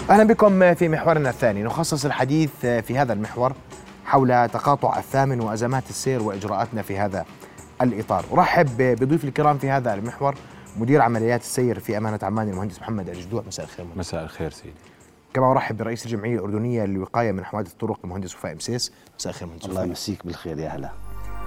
أهلا بكم في محورنا الثاني. نخصص الحديث في هذا المحور حول تقاطع الثامن وأزمات السير وإجراءاتنا في هذا الإطار. أرحب بضيوف الكرام في هذا المحور مدير عمليات السير في أمانة عمان المهندس محمد الجدوع. مساء الخير. مساء الخير سيدي. كما أرحب برئيس الجمعية الأردنية للوقاية من حوادث الطرق المهندس وفاء مسيس. مساء الخير مهندس. الله يمسيك بالخير. يا هلا.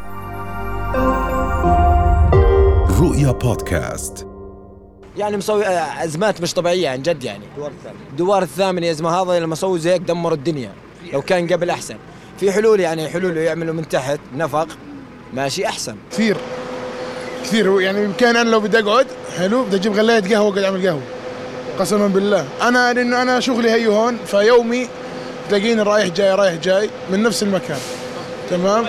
رؤيا بودكاست. يعني مسوي أزمات مش طبيعية عن جد. يعني دوار الثامن يا زلمة، هذا لما سووا زي هيك دمروا الدنيا. لو كان قبل أحسن. في حلول، يعني حلول يعملوا من تحت نفق ماشي أحسن كثير. يعني بإمكان أنا لو بدي أقعد حلو بدي أجيب غلاية قهوة وقاعد أعمل قهوة قسما بالله. لأنه أنا شغلي هي هون، فيومي تلاقيني رايح جاي من نفس المكان. تمام.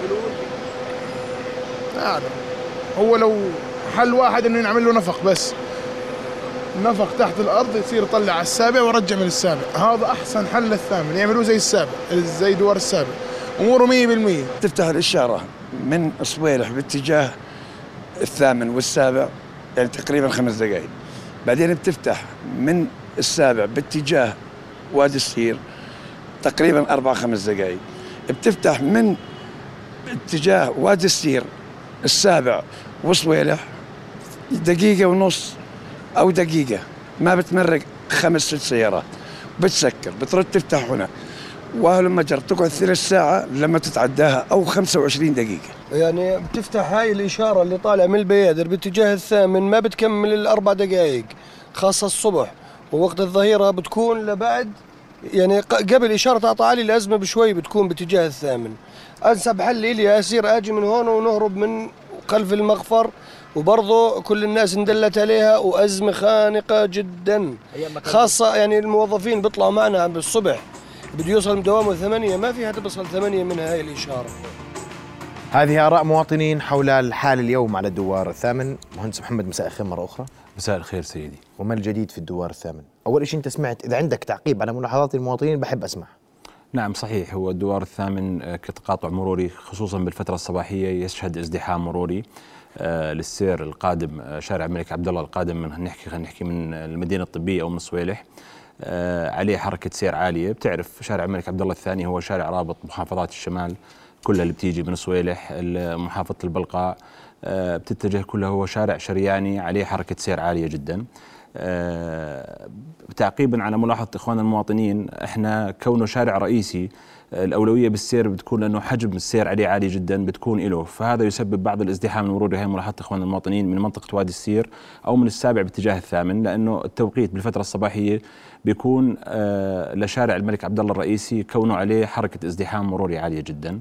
هو لو حل واحد إنه نعمل له نفق، بس نفق تحت الأرض يصير يطلع على السابع ورجع من السابع. هذا أحسن حل للثامن، يعملوه زي السابع، زي دوار السابع، أموره 100%. تفتح الإشارة من صويلح باتجاه الثامن والسابع يعني تقريبا 5 دقائق. بعدين بتفتح من السابع باتجاه وادي السير تقريبا 4-5 دقائق. بتفتح من اتجاه وادي السير السابع وصويلح 1.5 دقيقة أو دقيقة، ما بتمرق 5-6 سيارات. بتسكر بترد تفتح هنا، ولما جرت تقعد 3 ساعة لما تتعداها أو 25 دقيقة. يعني بتفتح هاي الإشارة اللي طالع من البيادر باتجاه الثامن ما بتكمل 4 دقائق، خاصة الصبح ووقت الظهيرة بتكون لبعد، يعني قبل إشارة تعطى علي الأزمة بشوي بتكون باتجاه الثامن. أنسب حل لي أسير أجي من هون ونهرب من خلف المغفر، وبرضه كل الناس اندلت عليها، وأزمة خانقة جدا، خاصة يعني الموظفين بيطلعوا معنا بالصبح بده يوصل من دوامه 8، ما فيها تبصل 8 من هاي الإشارة. هذه آراء مواطنين حول الحال اليوم على الدوار الثامن. مهندس محمد مساء الخير مرة أخرى. مساء الخير سيدي. وما الجديد في الدوار الثامن؟ أول شيء أنت سمعت، إذا عندك تعقيب على ملاحظات المواطنين بحب أسمع. نعم صحيح، هو الدوار الثامن كتقاطع مروري خصوصا بالفترة الصباحية يشهد ازدحام مروري للسير القادم شارع الملك عبد الله القادم من نحكي من المدينة الطبية أو من صويلح. عليه حركة سير عالية. بتعرف شارع الملك عبد الله الثاني هو شارع رابط محافظات الشمال كلها اللي بتيجي من صويلح، محافظة البلقاء بتتجه كلها، هو شارع شرياني عليه حركة سير عالية جدا. تعقيبا على ملاحظة إخواننا المواطنين، احنا كونه شارع رئيسي الأولوية بالسير بتكون لأنه حجم السير عليه عالي جدا بتكون له، فهذا يسبب بعض الازدحام المروري. هي ملاحظة إخواننا المواطنين من منطقة وادي السير أو من السابع باتجاه الثامن، لأنه التوقيت بالفترة الصباحية بيكون لشارع الملك عبد الله الرئيسي كونه عليه حركة ازدحام مروري عالية جدا.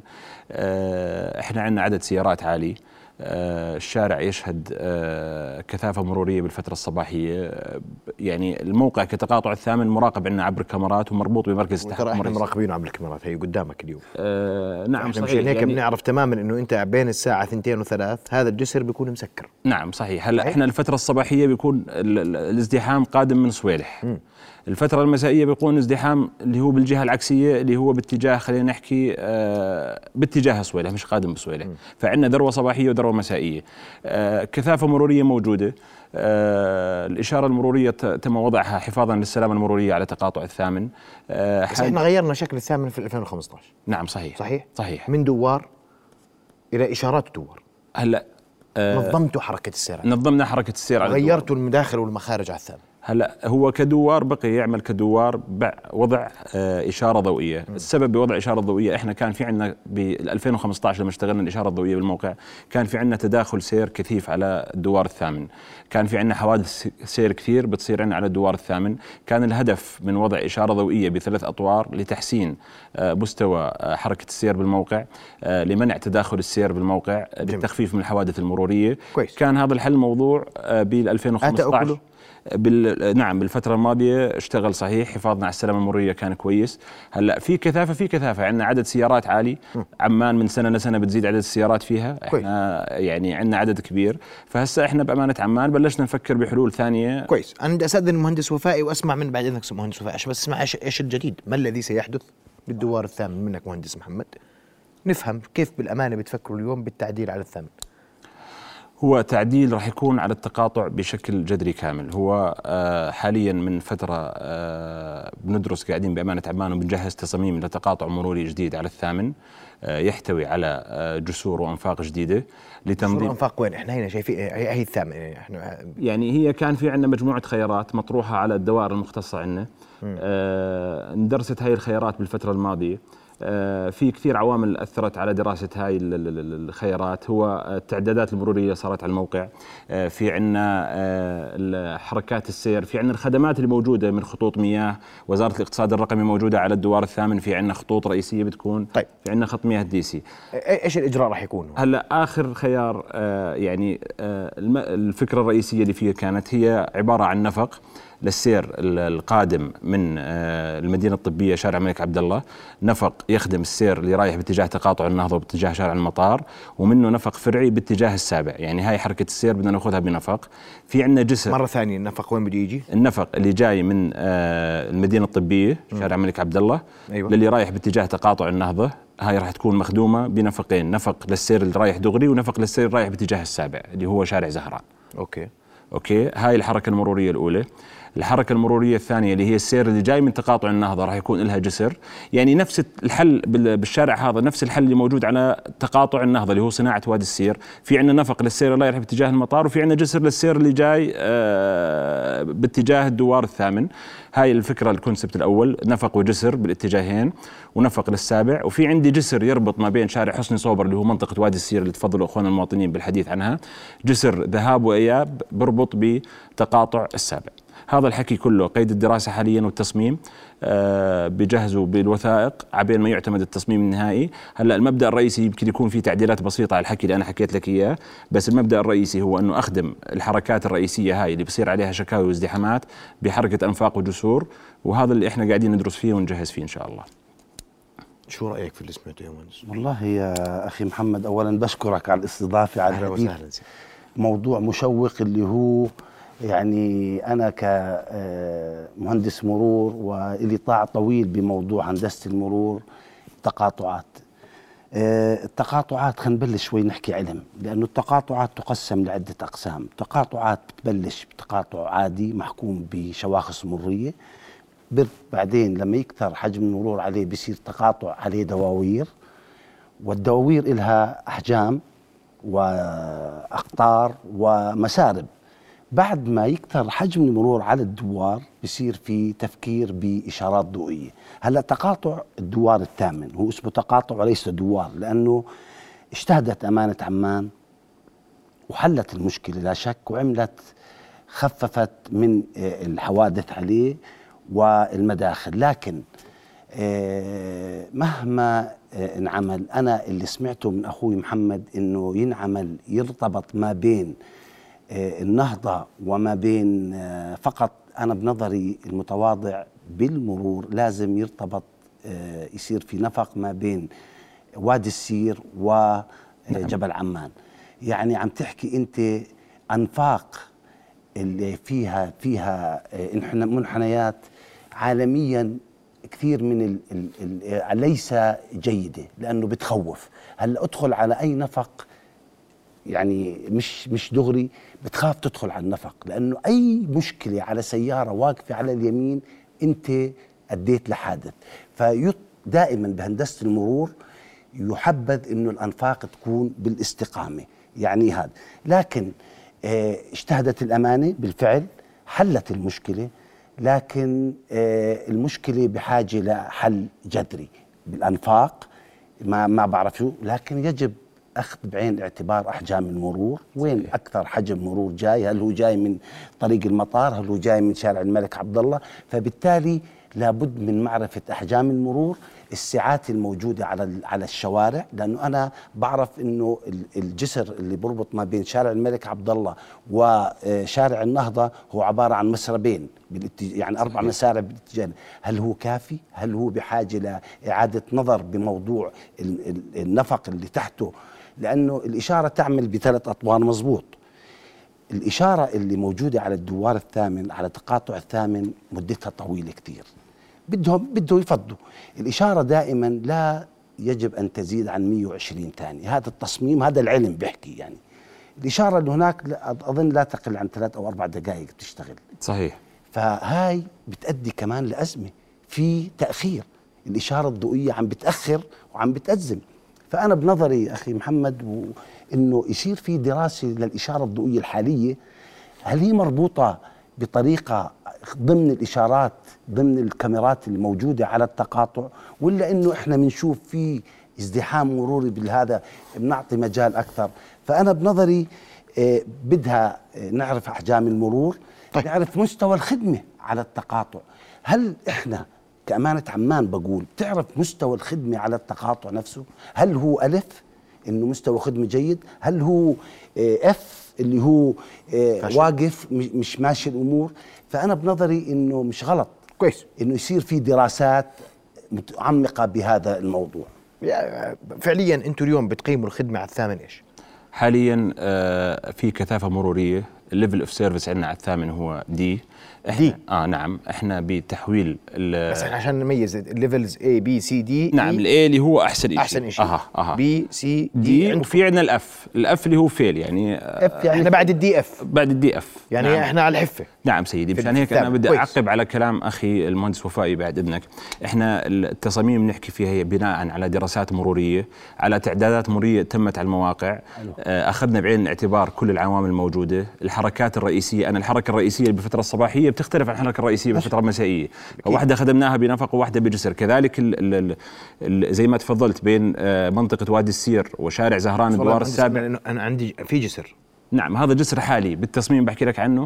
احنا عندنا عدد سيارات عالي، الشارع يشهد كثافة مرورية بالفترة الصباحية. يعني الموقع كتقاطع الثامن مراقب عندنا عبر كاميرات ومربوط بمركز التحكم. ترى احنا مراقبينه عبر الكاميرات، هي قدامك اليوم. نعم صحيح. مشان هيك يعني بنعرف تماما انه انت بين الساعة 2 و3 هذا الجسر بيكون مسكر. نعم صحيح. هلا احنا الفترة الصباحية بيكون الازدحام قادم من صويلح. الفترة المسائية بيكون ازدحام اللي هو بالجهة العكسية، اللي هو باتجاه خلينا نحكي باتجاه صويلح، مش قادم بصويلح. فعندنا ذروة صباحية وذروة مسائية. كثافة مرورية موجودة. الإشارة المرورية تم وضعها حفاظا للسلامة المرورية على تقاطع الثامن. بس احنا غيرنا شكل الثامن في 2015. نعم صحيح. من دوار إلى إشارات دوار. هلا نظمتوا حركة السير، نظمنا حركة السير على غيرتوا المداخل والمخارج على الثامن. هلا هو كدوار بقي يعمل كدوار وضع إشارة ضوئية. السبب بوضع إشارة ضوئية، احنا كان في عندنا ب 2015 لما اشتغلنا الإشارة الضوئية بالموقع كان في عندنا تداخل سير كثيف على الدوار الثامن، كان في عندنا حوادث سير كثير بتصير عندنا على الدوار الثامن. كان الهدف من وضع إشارة ضوئية ب3 أطوار لتحسين مستوى حركة السير بالموقع، لمنع تداخل السير بالموقع، للتخفيف من الحوادث المرورية. كويس. كان هذا الحل موضوع بال 2015. نعم بالفترة الماضية اشتغل صحيح، حفاظنا على السلامة المرورية كان كويس. هلا في كثافة عندنا عدد سيارات عالي. عمان من سنة لسنة بتزيد عدد السيارات فيها. احنا يعني عندنا عدد كبير، فهسه احنا بأمانة عمان بلشنا نفكر بحلول ثانية. كويس. انا بدي استاذن المهندس وفائي واسمع من بعد اذنك مهندس وفائي، بس اسمع ايش الجديد، ما الذي سيحدث بالدوار الثامن منك مهندس محمد، نفهم كيف بالأمانة بتفكروا اليوم بالتعديل على الثامن. هو تعديل راح يكون على التقاطع بشكل جذري كامل. هو حاليا من فترة بندرس قاعدين بأمانة عمان وبنجهز تصاميم لتقاطع مروري جديد على الثامن، يحتوي على جسور وأنفاق جديده لتنظيم. أنفاق وين؟ احنا هنا شايفين هي الثامن، احنا يعني هي كان في عندنا مجموعة خيارات مطروحة على الدوائر المختصة عندنا. اندرست هاي الخيارات بالفترة الماضية. في كثير عوامل أثرت على دراسة هاي الخيارات. هو التعدادات المرورية صارت على الموقع، في عنا حركات السير، في عنا الخدمات اللي موجودة من خطوط مياه، وزارة الاقتصاد الرقمي موجودة على الدوار الثامن، في عنا خطوط رئيسية بتكون. طيب. في عنا خط مياه الديسي. ايش الإجراء راح يكون؟ هلا آخر خيار يعني الفكرة الرئيسية اللي فيه كانت هي عبارة عن نفق للسير القادم من المدينة الطبية شارع الملك عبد الله، نفق يخدم السير اللي رايح باتجاه تقاطع النهضة وباتجاه شارع المطار، ومنه نفق فرعي باتجاه السابع. يعني هاي حركة السير بدنا ناخذها بنفق. في عندنا جسر. مرة ثانية النفق وين بده يجي؟ النفق اللي جاي من المدينة الطبية شارع الملك عبد الله، أيوة. للي رايح باتجاه تقاطع النهضة، هاي راح تكون مخدومة بنفقين، نفق للسير اللي رايح دغري ونفق للسير اللي رايح باتجاه السابع اللي هو شارع زهران. اوكي هاي الحركة المرورية الأولى. الحركة المرورية الثانية اللي هي السير اللي جاي من تقاطع النهضة راح يكون لها جسر، يعني نفس الحل بالشارع هذا، نفس الحل اللي موجود على تقاطع النهضة اللي هو صناعة وادي السير. في عندنا نفق للسير اللي رايح باتجاه المطار، وفي عندنا جسر للسير اللي جاي باتجاه الدوار الثامن. هاي الفكرة الكونسبت الأول، نفق وجسر بالاتجاهين، ونفق للسابع. وفي عندي جسر يربط ما بين شارع حسني صوبر اللي هو منطقة وادي السير اللي تفضلوا أخواننا المواطنين بالحديث عنها، جسر ذهاب وإياب بربط بتقاطع السابع. هذا الحكي كله قيد الدراسة حاليا والتصميم، بجهزوا بالوثائق عبين ما يعتمد التصميم النهائي. هلا المبدأ الرئيسي يمكن يكون في تعديلات بسيطة على الحكي اللي أنا حكيت لك إياه، بس المبدأ الرئيسي هو أنه أخدم الحركات الرئيسية هاي اللي بصير عليها شكاوي وازدحامات بحركة أنفاق وجسور، وهذا اللي إحنا قاعدين ندرس فيه ونجهز فيه إن شاء الله. شو رأيك في اللي سمعته يا مهندس؟ والله يا أخي محمد، أولا بشكرك على الاستضافة على هذا موضوع مشوق اللي هو يعني أنا كمهندس مرور وإلي طاع طويل بموضوع هندسة المرور. التقاطعات خلينا نبلش شوي نحكي علم، لأنه التقاطعات تقسم لعدة أقسام. تقاطعات بتبلش بتقاطع عادي محكوم بشواخص مرورية، بعدين لما يكثر حجم المرور عليه بيصير تقاطع عليه دواوير، والدواوير إلها أحجام وأقطار ومسارب. بعد ما يكثر حجم المرور على الدوار بصير في تفكير بإشارات ضوئية. هلا تقاطع الدوار الثامن هو اسمه تقاطع وليس دوار، لأنه اجتهدت أمانة عمان وحلت المشكلة لا شك، وعملت خففت من الحوادث عليه والمداخل. لكن مهما انعمل، أنا اللي سمعته من أخوي محمد إنه يرتبط ما بين النهضة وما بين فقط، أنا بنظري المتواضع بالمرور لازم يرتبط، يصير في نفق ما بين وادي السير وجبل عمان. يعني عم تحكي أنت أنفاق اللي فيها منحنيات عالميا كثير من ليس جيدة، لأنه بتخوف. هلا أدخل على أي نفق يعني مش دغري بتخاف تدخل على النفق، لأنه أي مشكلة على سيارة واقفة على اليمين أنت أديت لحادث. فدائما بهندسة المرور يحبذ أنه الأنفاق تكون بالاستقامة، يعني هذا. لكن اجتهدت الأمانة بالفعل، حلت المشكلة، لكن المشكلة بحاجة لحل جذري بالأنفاق. ما بعرف شو، لكن يجب أخذ بعين الاعتبار أحجام المرور، وين أكثر حجم مرور جاي، هل هو جاي من طريق المطار، هل هو جاي من شارع الملك عبد الله. فبالتالي لابد من معرفة أحجام المرور، الساعات الموجودة على الشوارع، لأنه أنا بعرف إنه الجسر اللي بربط ما بين شارع الملك عبد الله وشارع النهضة هو عبارة عن مسربين يعني 4 مسارب بالاتجاه. هل هو كافي؟ هل هو بحاجة لإعادة نظر بموضوع النفق اللي تحته؟ لأنه الإشارة تعمل ب3 أطوار مزبوط. الإشارة اللي موجودة على الدوار الثامن على تقاطع الثامن مدتها طويلة كتير، بدهم يفضوا الإشارة دائما لا يجب أن تزيد عن 120 ثانية. هذا التصميم، هذا العلم بيحكي. يعني الإشارة اللي هناك أظن لا تقل عن 3 أو 4 دقائق بتشتغل. صحيح. فهاي بتأدي كمان لأزمة، في تأخير، الإشارة الضوئية عم بتأخر وعم بتأزم. فأنا بنظري أخي محمد إنه يصير في دراسة للإشارة الضوئية الحالية، هل هي مربوطة بطريقة ضمن الإشارات ضمن الكاميرات الموجودة على التقاطع، ولا إنه إحنا بنشوف في ازدحام مروري بالهذا بنعطي مجال أكثر. فأنا بنظري بدها نعرف أحجام المرور، طيب. نعرف مستوى الخدمة على التقاطع. هل إحنا كأمانة عمان بقول تعرف مستوى الخدمة على التقاطع نفسه؟ هل هو ألف إنه مستوى خدمة جيد؟ هل هو أف اللي هو واقف مش ماشي الأمور؟ فأنا بنظري إنه مش غلط كويس إنه يصير في دراسات متعمقة بهذا الموضوع. فعليا أنتم اليوم بتقيموا الخدمة على الثامن إيش؟ حاليا في كثافة مرورية، الليفل اوف سيرفيس عندنا على الثامن هو دي. دي نعم، احنا بتحويل بس احنا عشان نميز الليفلز A B C D. نعم، الاي اللي هو احسن شيء B C D وفي عندنا الاف اللي هو فيل يعني احنا بعد الدي اف يعني نعم. احنا على الحفه. نعم سيدي، مشان هيك انا بدي اعقب على كلام اخي المهندس وفائي بعد اذنك. احنا التصاميم بنحكي فيها هي بناء على دراسات مروريه، على تعدادات مروريه تمت على المواقع. اخذنا بعين الاعتبار كل العوامل الموجوده، الحركات الرئيسيه. انا الحركه الرئيسيه بالفتره الصباحيه بتختلف عن الحركه الرئيسيه بالفتره المسائيه، واحده خدمناها بنفق وواحده بجسر. كذلك زي ما تفضلت بين منطقه وادي السير وشارع زهران الدوار السابع، انا عندي في جسر. نعم، هذا جسر حالي بالتصميم بحكي لك عنه،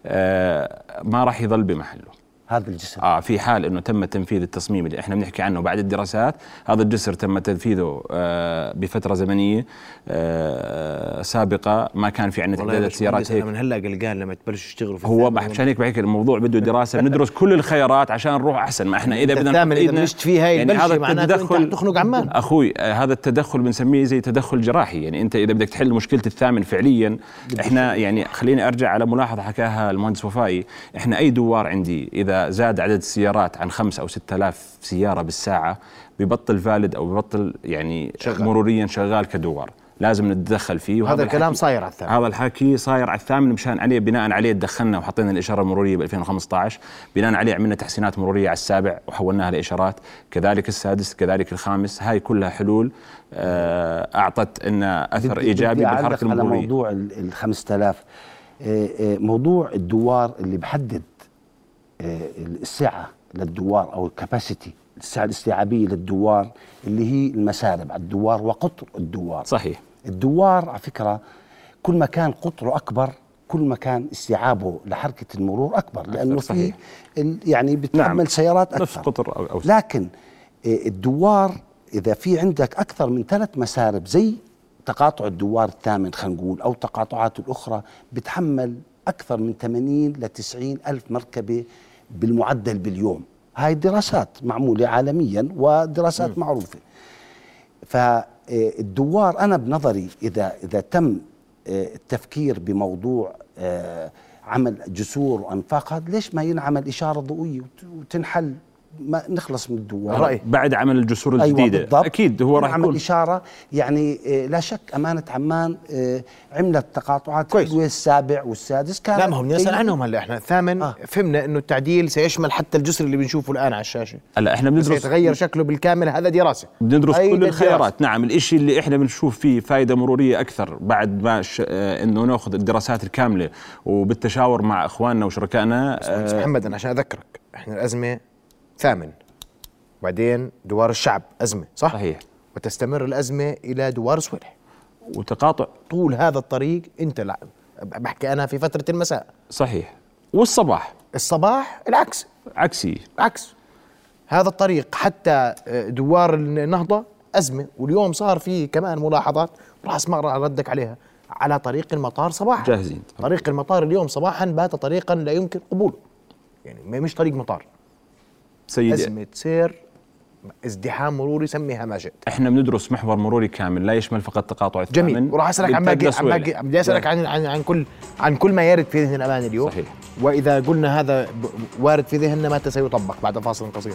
ما راح يظل بمحله هذا الجسر. في حال انه تم تنفيذ التصميم اللي احنا بنحكي عنه بعد الدراسات. هذا الجسر تم تنفيذه بفتره زمنيه سابقه، ما كان في عندنا تعدادات سيارات هيك. من هلا قلقان لما تبلشوا تشتغلوا في هو مشان هيك بحكي الموضوع بده دراسه، ندرس كل الخيارات عشان نروح احسن. ما احنا اذا بدنا بلشت فيها يعني هذا التدخل تخنق عمان اخوي، هذا التدخل بنسميه زي تدخل جراحي. يعني انت اذا بدك تحل مشكله الثامن فعليا، احنا يعني خليني ارجع على ملاحظه حكاها المهندس وفائي. احنا اي دوار عندي اذا زاد عدد السيارات عن 5 أو 6000 سياره بالساعه ببطل فالد او ببطل يعني مروريا شغال كدوار، لازم نتدخل فيه. وهذا الكلام صاير على الثامن، هذا الحكي صاير على الثامن. مشان عليه بناء عليه تدخلنا وحطينا الاشاره المروريه ب 2015، بناء عليه عملنا تحسينات مروريه على السابع وحولناها لاشارات، كذلك السادس، كذلك الخامس. هاي كلها حلول اعطت لنا اثر ايجابي بالحركه المروريه. على موضوع ال 5000 موضوع الدوار اللي بحدد السعه للدوار او الكباسيتي، السعه الاستيعابيه للدوار اللي هي المسارب على الدوار وقطر الدوار. صحيح. الدوار على فكره كل ما كان قطره اكبر كل ما كان استيعابه لحركه المرور اكبر، لانه في يعني بتحمل سيارات اكثر. نفس قطر أو لكن الدوار اذا في عندك اكثر من 3 مسارب زي تقاطع الدوار الثامن خلينا نقول او تقاطعات الاخرى، بتحمل اكثر من 80 ل 90 الف مركبه بالمعدل باليوم. هاي الدراسات معموله عالميا ودراسات معروفه. فالدوار انا بنظري اذا تم التفكير بموضوع عمل جسور وانفاق، هذا ليش ما ينعمل اشاره ضوئيه وتنحل ما نخلص من الدوار بعد عمل الجسور الجديده. أيوة اكيد هو راح يعمل اشاره. يعني لا شك امانه عمان عملت تقاطعات حلوه السابع والسادس. كان لا ما هم نسال عنهم هلا. احنا الثامن فهمنا انه التعديل سيشمل حتى الجسر اللي بنشوفه الان على الشاشه. هلا احنا بندرس يتغير شكله بالكامل، هذا دراسه بندرس كل الخيارات. نعم، الاشي اللي احنا بنشوف فيه فائده مروريه اكثر بعد ما انه ناخذ الدراسات الكامله وبالتشاور مع اخواننا وشركائنا. محمد انا عشان اذكرك، احنا الازمه ثامن وبعدين دوار الشعب أزمة، صح؟ صحيح. وتستمر الأزمة إلى دوار صويلح وتقاطع طول هذا الطريق. أنت بحكي أنا في فترة المساء. صحيح. والصباح العكس، عكس هذا الطريق حتى دوار النهضة أزمة. واليوم صار في كمان ملاحظات راح أسمع ردك عليها على طريق المطار صباحا. جاهزين. طريق المطار اليوم صباحا بات طريقا لا يمكن قبوله، يعني مش طريق مطار سيدي. أزمة سير، ازدحام مروري، سميها ما شئت. احنا بندرس محور مروري كامل لا يشمل فقط تقاطع الثامن. جميل. وراح اسالك بدي اسالك عن كل ما يرد في ذهن الامان اليوم. صحيح. واذا قلنا هذا وارد في ذهننا متى سيطبق؟ بعد فاصل قصير.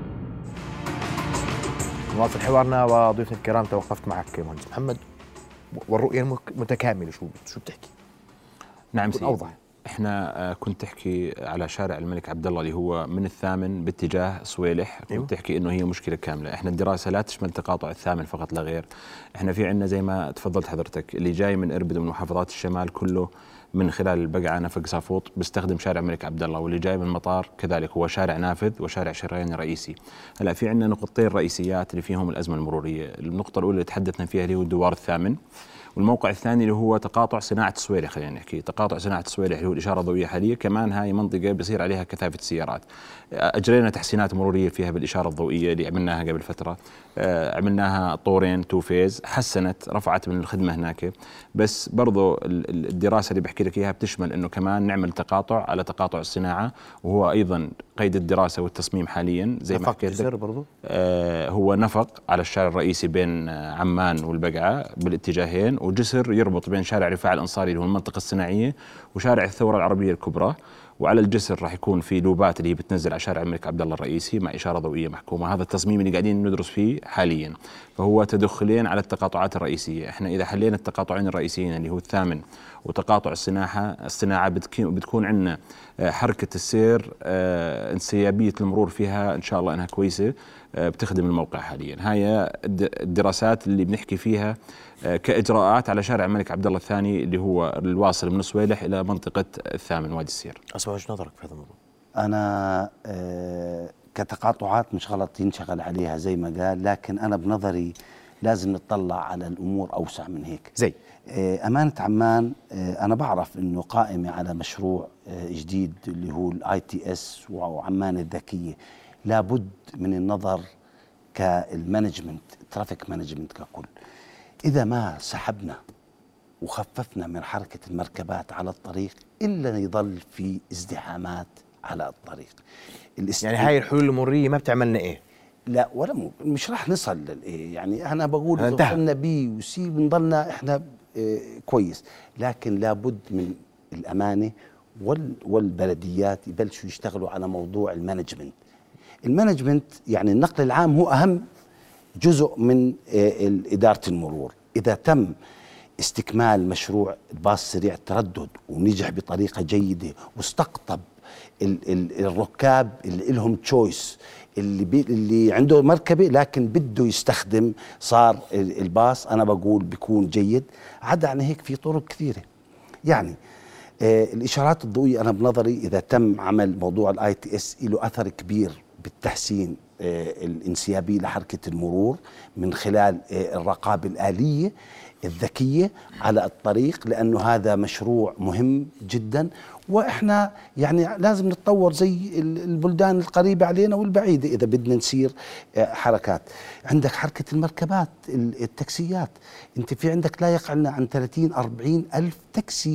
نواصل حوارنا وضيوفنا الكرام. توقفت معك مهندس محمد والرؤيه المتكامله شو بتحكي؟ نعم سيدي، اوضح. احنا كنت تحكي على شارع الملك عبد الله اللي هو من الثامن باتجاه صويلح، كنت تحكي انه هي مشكله كامله. احنا الدراسه لا تشمل تقاطع الثامن فقط لا غير، احنا في عندنا زي ما تفضلت حضرتك اللي جاي من اربد ومن محافظات الشمال كله من خلال البقعه نفق صافوط بيستخدم شارع الملك عبد الله، واللي جاي من المطار كذلك هو شارع نافذ وشارع شرياني رئيسي. هلا في عندنا نقطتين رئيسيات اللي فيهم الازمه المروريه، النقطه الاولى اللي تحدثنا فيها اللي هو الدوار الثامن، والموقع الثاني اللي هو تقاطع صناعة الصويلح. خلينا نحكي تقاطع صناعة الصويلح اللي هو الإشارة الضوئية حالية، كمان هاي منطقة بصير عليها كثافة السيارات. أجرينا تحسينات مرورية فيها بالإشارة الضوئية اللي عملناها قبل فترة، عملناها طورين 2 فيز، حسنت رفعت من الخدمة هناك. بس برضو الدراسة اللي بحكي لك إياها بتشمل إنه كمان نعمل تقاطع على تقاطع الصناعة، وهو أيضا قيد الدراسة والتصميم حاليا زي ما حكيت لك. برضو هو نفق على الشارع الرئيسي بين عمان والبقعة بالاتجاهين، وجسر يربط بين شارع رفاع الأنصاري اللي هو المنطقة الصناعية وشارع الثورة العربية الكبرى. وعلى الجسر راح يكون في لوبات اللي هي بتنزل على شارع الملك عبد الله الرئيسي مع إشارة ضوئية محكومة. هذا التصميم اللي قاعدين ندرس فيه حاليا، فهو تدخلين على التقاطعات الرئيسية. احنا إذا حلينا التقاطعين الرئيسيين اللي هو الثامن وتقاطع الصناعة بتكون عندنا حركة السير انسيابية المرور فيها إن شاء الله أنها كويسة، بتخدم الموقع حاليا. هاي الدراسات اللي بنحكي فيها كإجراءات على شارع الملك عبد الله الثاني اللي هو الواصل من صويلح إلى منطقة الثامن وادي السير. أسمع وجهة نظرك في هذا الموضوع. أنا كتقاطعات مش غلط ينشغل عليها زي ما قال، لكن أنا بنظري لازم نطلع على الأمور أوسع من هيك. زي أمانة عمان، أنا بعرف إنه قائمة على مشروع جديد اللي هو ITS وعمان الذكية. لابد من النظر كالمانجمنت، ترافيك مانجمنت ككل. إذا ما سحبنا وخففنا من حركة المركبات على الطريق إلا يظل في ازدحامات على الطريق. يعني هاي الحلول المرورية ما بتعملنا إيه؟ لا، ولا مش راح نصل للإيه. يعني أنا بقول إذا وصلنا بي وسي بنضلنا إحنا كويس، لكن لابد من الأمانة والبلديات يبلشوا يشتغلوا على موضوع المانجمنت. المانجمنت يعني النقل العام هو أهم جزء من إدارة المرور. إذا تم استكمال مشروع الباص سريع التردد ونجح بطريقة جيدة واستقطب الركاب اللي لهم تشويس، اللي عنده مركبة لكن بده يستخدم صار الباص، أنا بقول بيكون جيد. عدا عن هيك في طرق كثيرة. يعني الإشارات الضوئية أنا بنظري إذا تم عمل موضوع ITS له أثر كبير بالتحسين الانسيابية لحركة المرور من خلال الرقابة الآلية الذكية على الطريق، لأنه هذا مشروع مهم جدا. وإحنا يعني لازم نتطور زي البلدان القريبة علينا والبعيدة إذا بدنا نسير حركات. عندك حركة المركبات، التاكسيات، أنت في عندك لا يقل عن 30-40 ألف تاكسي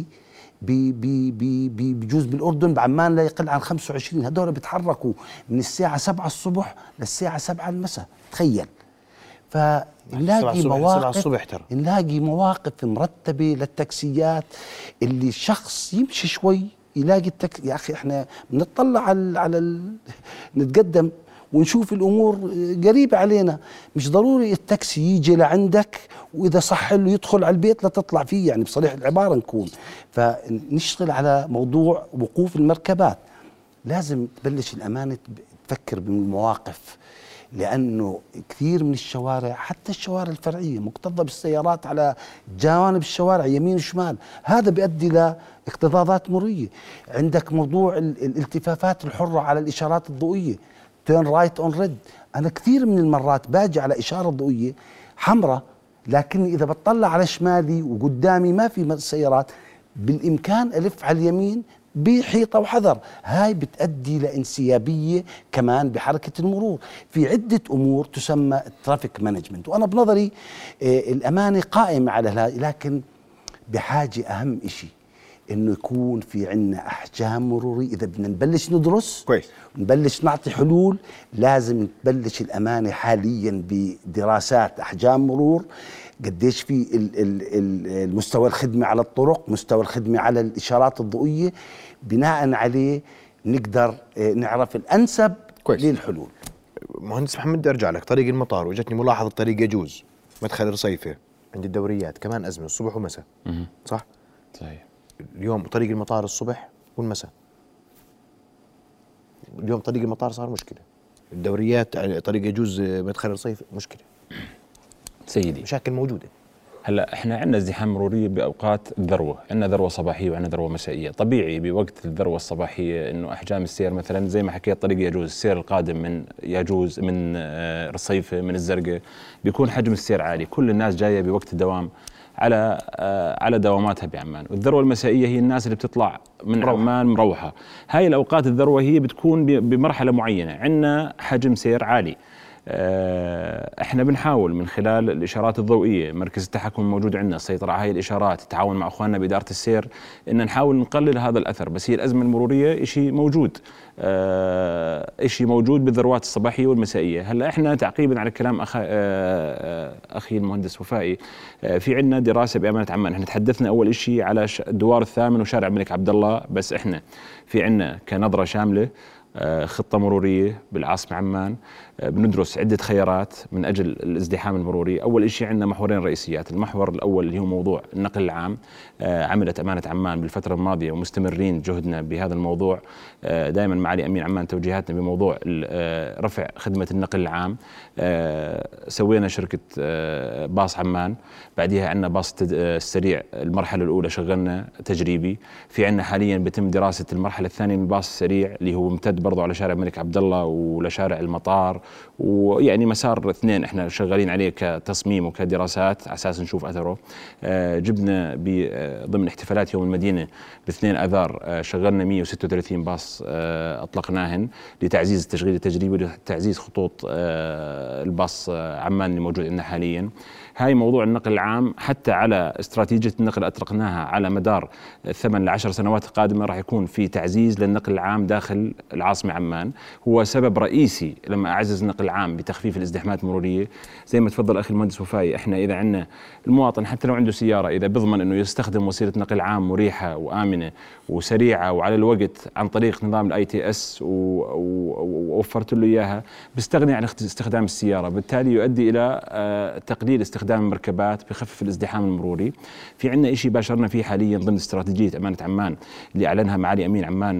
بجوز بالأردن، بعمان لا يقل عن 25. هدول بيتحركوا من الساعة 7 الصبح للساعة 7 المساء، تخيل. فنلاقي مواقف مرتبة للتاكسيات اللي الشخص يمشي شوي يلاقي التاكسي. يا أخي احنا بنطلع نتقدم ونشوف الأمور قريبة علينا. مش ضروري التاكسي يجي لعندك وإذا صح له يدخل على البيت لا تطلع فيه، يعني بصريح العبارة نكون. فنشتغل على موضوع وقوف المركبات. لازم تبلش الأمانة تفكر بالمواقف، لأنه كثير من الشوارع حتى الشوارع الفرعية مكتظة بالسيارات على جوانب الشوارع يمين وشمال. هذا بيؤدي لاكتظاظات مرورية. عندك موضوع الالتفافات الحرة على الإشارات الضوئية، turn right on red. أنا كثير من المرات باجي على إشارة ضوئية حمراء، لكن إذا بتطلع على شمالي وقدامي ما في سيارات بالإمكان ألف على اليمين بحيطة وحذر. هاي بتؤدي لانسيابية كمان بحركة المرور. في عدة أمور تسمى الترافيك مانجمنت، وأنا بنظري الأمانة قائمة على هذا، لكن بحاجة أهم إشي إنه يكون في عنا أحجام مرورية. إذا بدنا نبلش ندرس كويس نبلش نعطي حلول، لازم تبلش الأمانة حاليا بدراسات أحجام مرور، قديش في المستوى الخدمة على الطرق، مستوى الخدمة على الإشارات الضوئية. بناء عليه نقدر نعرف الأنسب كويس للحلول. مهندس محمد، أرجع لك. طريق المطار وجدتني ملاحظة طريق يجوز مدخل رصيفة عند الدوريات كمان أزمة الصبح ومساء، صح؟ صحيح. اليوم طريق المطار الصبح والمساء، اليوم طريق المطار صار مشكلة، الدوريات طريق يجوز مدخل الصيف مشكلة. سيدي مشاكل موجودة. هلا احنا عندنا ازدحام مروري باوقات الذروه، عندنا ذروه صباحيه وعندنا ذروه مسائيه، طبيعي بوقت الذروه الصباحيه انه احجام السير مثلا زي ما حكيت طريق يجوز، السير القادم من يجوز من رصيفه من الزرقاء بيكون حجم السير عالي، كل الناس جايه بوقت الدوام على دواماتها بعمان، والذروه المسائيه هي الناس اللي بتطلع من عمان مروحه، هاي الاوقات الذروه هي بتكون بمرحله معينه، عندنا حجم سير عالي. احنا بنحاول من خلال الاشارات الضوئيه، مركز التحكم الموجود عندنا، السيطره على هاي الاشارات، التعاون مع اخواننا باداره السير، ان نحاول نقلل هذا الاثر، بس هي الازمه المروريه شيء موجود، شيء موجود بالذروات الصباحيه والمسائيه. هلا احنا تعقيبا على كلام اخي المهندس وفائي، في عندنا دراسه بامانه عمان، احنا تحدثنا اول شيء على الدوار الثامن وشارع الملك عبد الله، بس احنا في عندنا كنظره شامله خطة مرورية بالعاصمة عمان، بندرس عدة خيارات من أجل الازدحام المروري. أول شيء عندنا محورين رئيسيات، المحور الأول اللي هو موضوع النقل العام، عملت أمانة عمان بالفترة الماضية ومستمرين جهدنا بهذا الموضوع، دائما معالي أمين عمان توجيهاتنا بموضوع رفع خدمة النقل العام. سوينا شركة باص عمان، بعدها عندنا باص السريع المرحلة الأولى شغلنا تجريبي، في عندنا حاليا بتم دراسة المرحلة الثانية من الباص السريع اللي هو ممتد برضو على شارع الملك عبد الله ولشارع المطار، ويعني مسار اثنين احنا شغالين عليه كتصميم وكدراسات على اساس نشوف اثره. جبنا ضمن احتفالات يوم المدينه ب2 اذار شغلنا 136 باص اطلقناهن لتعزيز التشغيل التجريبي ولتعزيز خطوط الباص عمان اللي موجود عندنا حاليا. هاي موضوع النقل العام، حتى على استراتيجيه النقل اطلقناها على مدار 8 ل 10 سنوات القادمه، راح يكون في تعزيز للنقل العام داخل العاصمه عمان، هو سبب رئيسي لما اعزز النقل العام بتخفيف الازدحامات المروريه. زي ما تفضل اخي المهندس وفائي، احنا اذا عندنا المواطن حتى لو عنده سياره، اذا بيضمن انه يستخدم وسيله نقل عام مريحه وامنه وسريعه وعلى الوقت عن طريق نظام الITS ووفرت له اياها، بيستغني عن استخدام السياره، بالتالي يؤدي الى تقليل استخدام المركبات، بخفف الازدحام المروري. في عندنا شيء باشرنا فيه حاليا ضمن استراتيجيه امانه عمان اللي اعلنها معالي امين عمان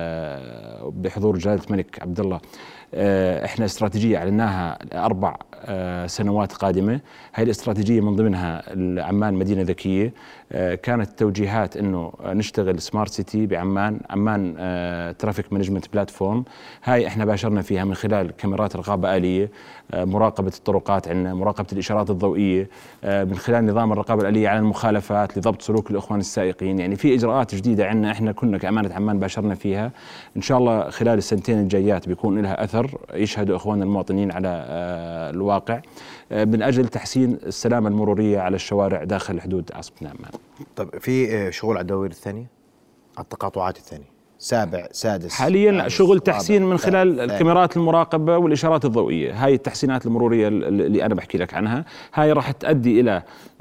بحضور جلاله الملك عبد الله. احنا استراتيجيه اعلناها 4 سنوات قادمه، هاي الاستراتيجيه من ضمنها عمان مدينه ذكيه. كانت التوجيهات انه نشتغل سمارت سيتي بعمان، عمان ترافيك مانجمنت بلاتفورم، هاي احنا باشرنا فيها من خلال كاميرات رقابه آلية، مراقبه الطرقات عندنا، مراقبه الاشارات الضوئيه، من خلال نظام الرقابه الآلية على المخالفات لضبط سلوك الاخوان السائقين. يعني في اجراءات جديده عندنا احنا كنا كامانه عمان باشرنا فيها، ان شاء الله خلال السنتين الجايات بيكون لها اثر يشهدوا اخواننا المواطنين على الواقع من اجل تحسين السلامه المروريه على الشوارع داخل حدود عاصمتنا عمان. طب في شغل على الدوائر الثانيه، على التقاطعات الثانيه، سابع سادس حاليا شغل تحسين من خلال الكاميرات المراقبه والاشارات الضوئيه، هاي التحسينات المروريه اللي انا بحكي لك عنها، هاي راح تؤدي الى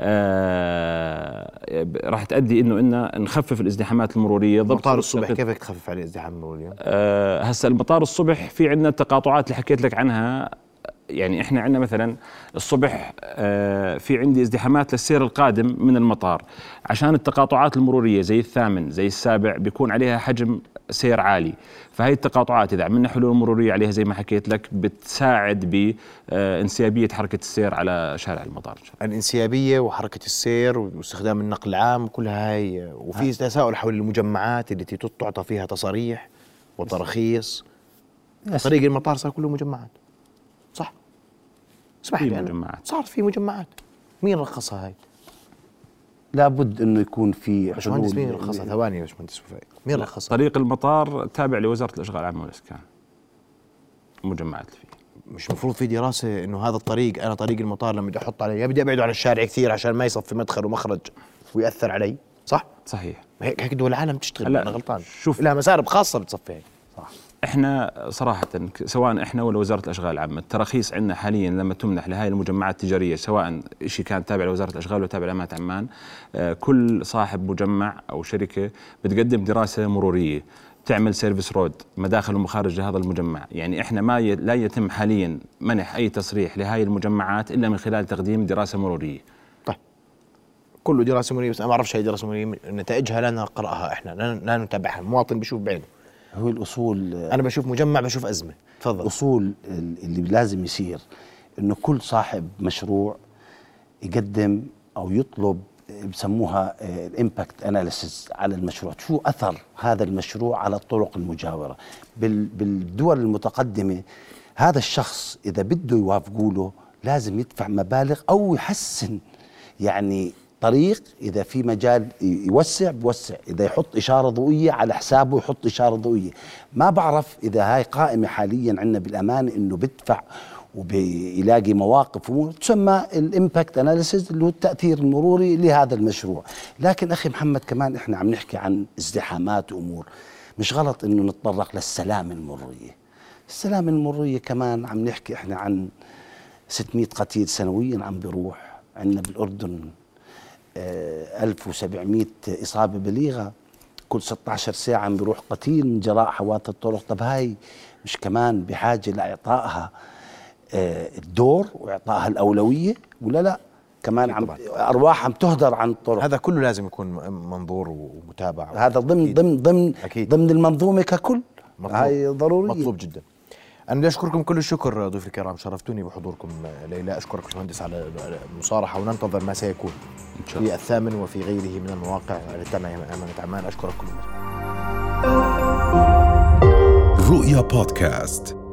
راح تؤدي انه نخفف الازدحامات المروريه. ضبط المطار الصبح كيف بدك تخفف على الازدحام المروري؟ هسه المطار الصبح في عندنا التقاطعات اللي حكيت لك عنها، يعني احنا عندنا مثلا الصبح في عندي ازدحامات للسير القادم من المطار، عشان التقاطعات المروريه زي الثامن زي السابع بيكون عليها حجم سير عالي، فهي التقاطعات اذا عملنا حلول مروريه عليها زي ما حكيت لك بتساعد بانسيابيه حركه السير على شارع المطار. الانسيابيه وحركه السير واستخدام النقل العام كلها هاي، وفي تساؤل حول المجمعات التي تعطى فيها تصاريح وتراخيص. طريق المطار صار كله مجمعات، صح؟ اسمح لي، مجمعات صار في مجمعات، مين رخصها هاي؟ لابد انه يكون في باشمهندس مين رخصها؟ ثواني يا باشمهندس وفائي، مين رخصها؟ طريق المطار تابع لوزاره الاشغال العامه والاسكان، مجمعات فيه. مش المفروض في دراسه انه هذا الطريق، انا طريق المطار لما بدي احط عليه بدي ابعده عن الشارع كثير عشان ما يصفي مدخل ومخرج ويأثر علي، صح؟ صحيح. هيك دول العالم تشتغل، انا غلطان؟ شوف لها مسارب خاصه بتصفي هيك، صح؟ احنا صراحة سواء احنا ولا وزارة الاشغال العامة، التراخيص عندنا حاليا لما تمنح لهذه المجمعات التجارية، سواء شيء كان تابع لوزارة الاشغال ولا تابع لأمانة عمان، كل صاحب مجمع او شركة بتقدم دراسة مرورية، تعمل سيرفيس رود مداخل ومخارج لهذا المجمع. يعني احنا لا يتم حاليا منح اي تصريح لهذه المجمعات الا من خلال تقديم دراسة مرورية. طيب كله دراسة مرورية، بس أنا ما أعرفش هي دراسة مرورية نتائجها لا نقرأها إحنا، لا نتابعها، المواطن بيشوف بعينه. هو الأصول، أنا بشوف مجمع، بشوف أزمة. تفضل. أصول اللي لازم يصير إنه كل صاحب مشروع يقدم أو يطلب بسموها الامباكت اناليسيس على المشروع، شو أثر هذا المشروع على الطرق المجاورة. بالدول المتقدمة هذا الشخص إذا بده يوافقوا له لازم يدفع مبالغ أو يحسن يعني طريق، إذا في مجال يوسع بوسع، إذا يحط إشارة ضوئية على حسابه يحط إشارة ضوئية. ما بعرف إذا هاي قائمة حاليا عندنا بالأمانة إنه بدفع وبيلاقي مواقف تسمى الامباكت اناليسيز اللي هو التأثير المروري لهذا المشروع. لكن أخي محمد كمان إحنا عم نحكي عن ازدحامات وأمور، مش غلط إنه نتطرق للسلامة المرورية. السلامة المرورية كمان عم نحكي إحنا عن 600 قتيل سنويا عم بيروح عندنا بالأردن، 1700 إصابة بليغة، كل 16 ساعة عم بيروح قتيل من جراء حوادث الطرق. طب هاي مش كمان بحاجة لإعطائها الدور وإعطائها الأولوية ولا لا؟ كمان عم أرواح عم تهدر عن الطرق. هذا كله لازم يكون منظور ومتابعة، هذا ضمن المنظومة ككل. هاي ضرورية، مطلوب جدا. أنا بدي أشكركم كل الشكر ضيوف الكرام، شرفتوني بحضوركم ليلى. أشكرك باشمهندس على المصارحة، وننتظر ما سيكون إن شاء الله في الثامن وفي غيره من المواقع التي تعمل أمانة أعمال. أشكرك كل رؤيا بودكاست.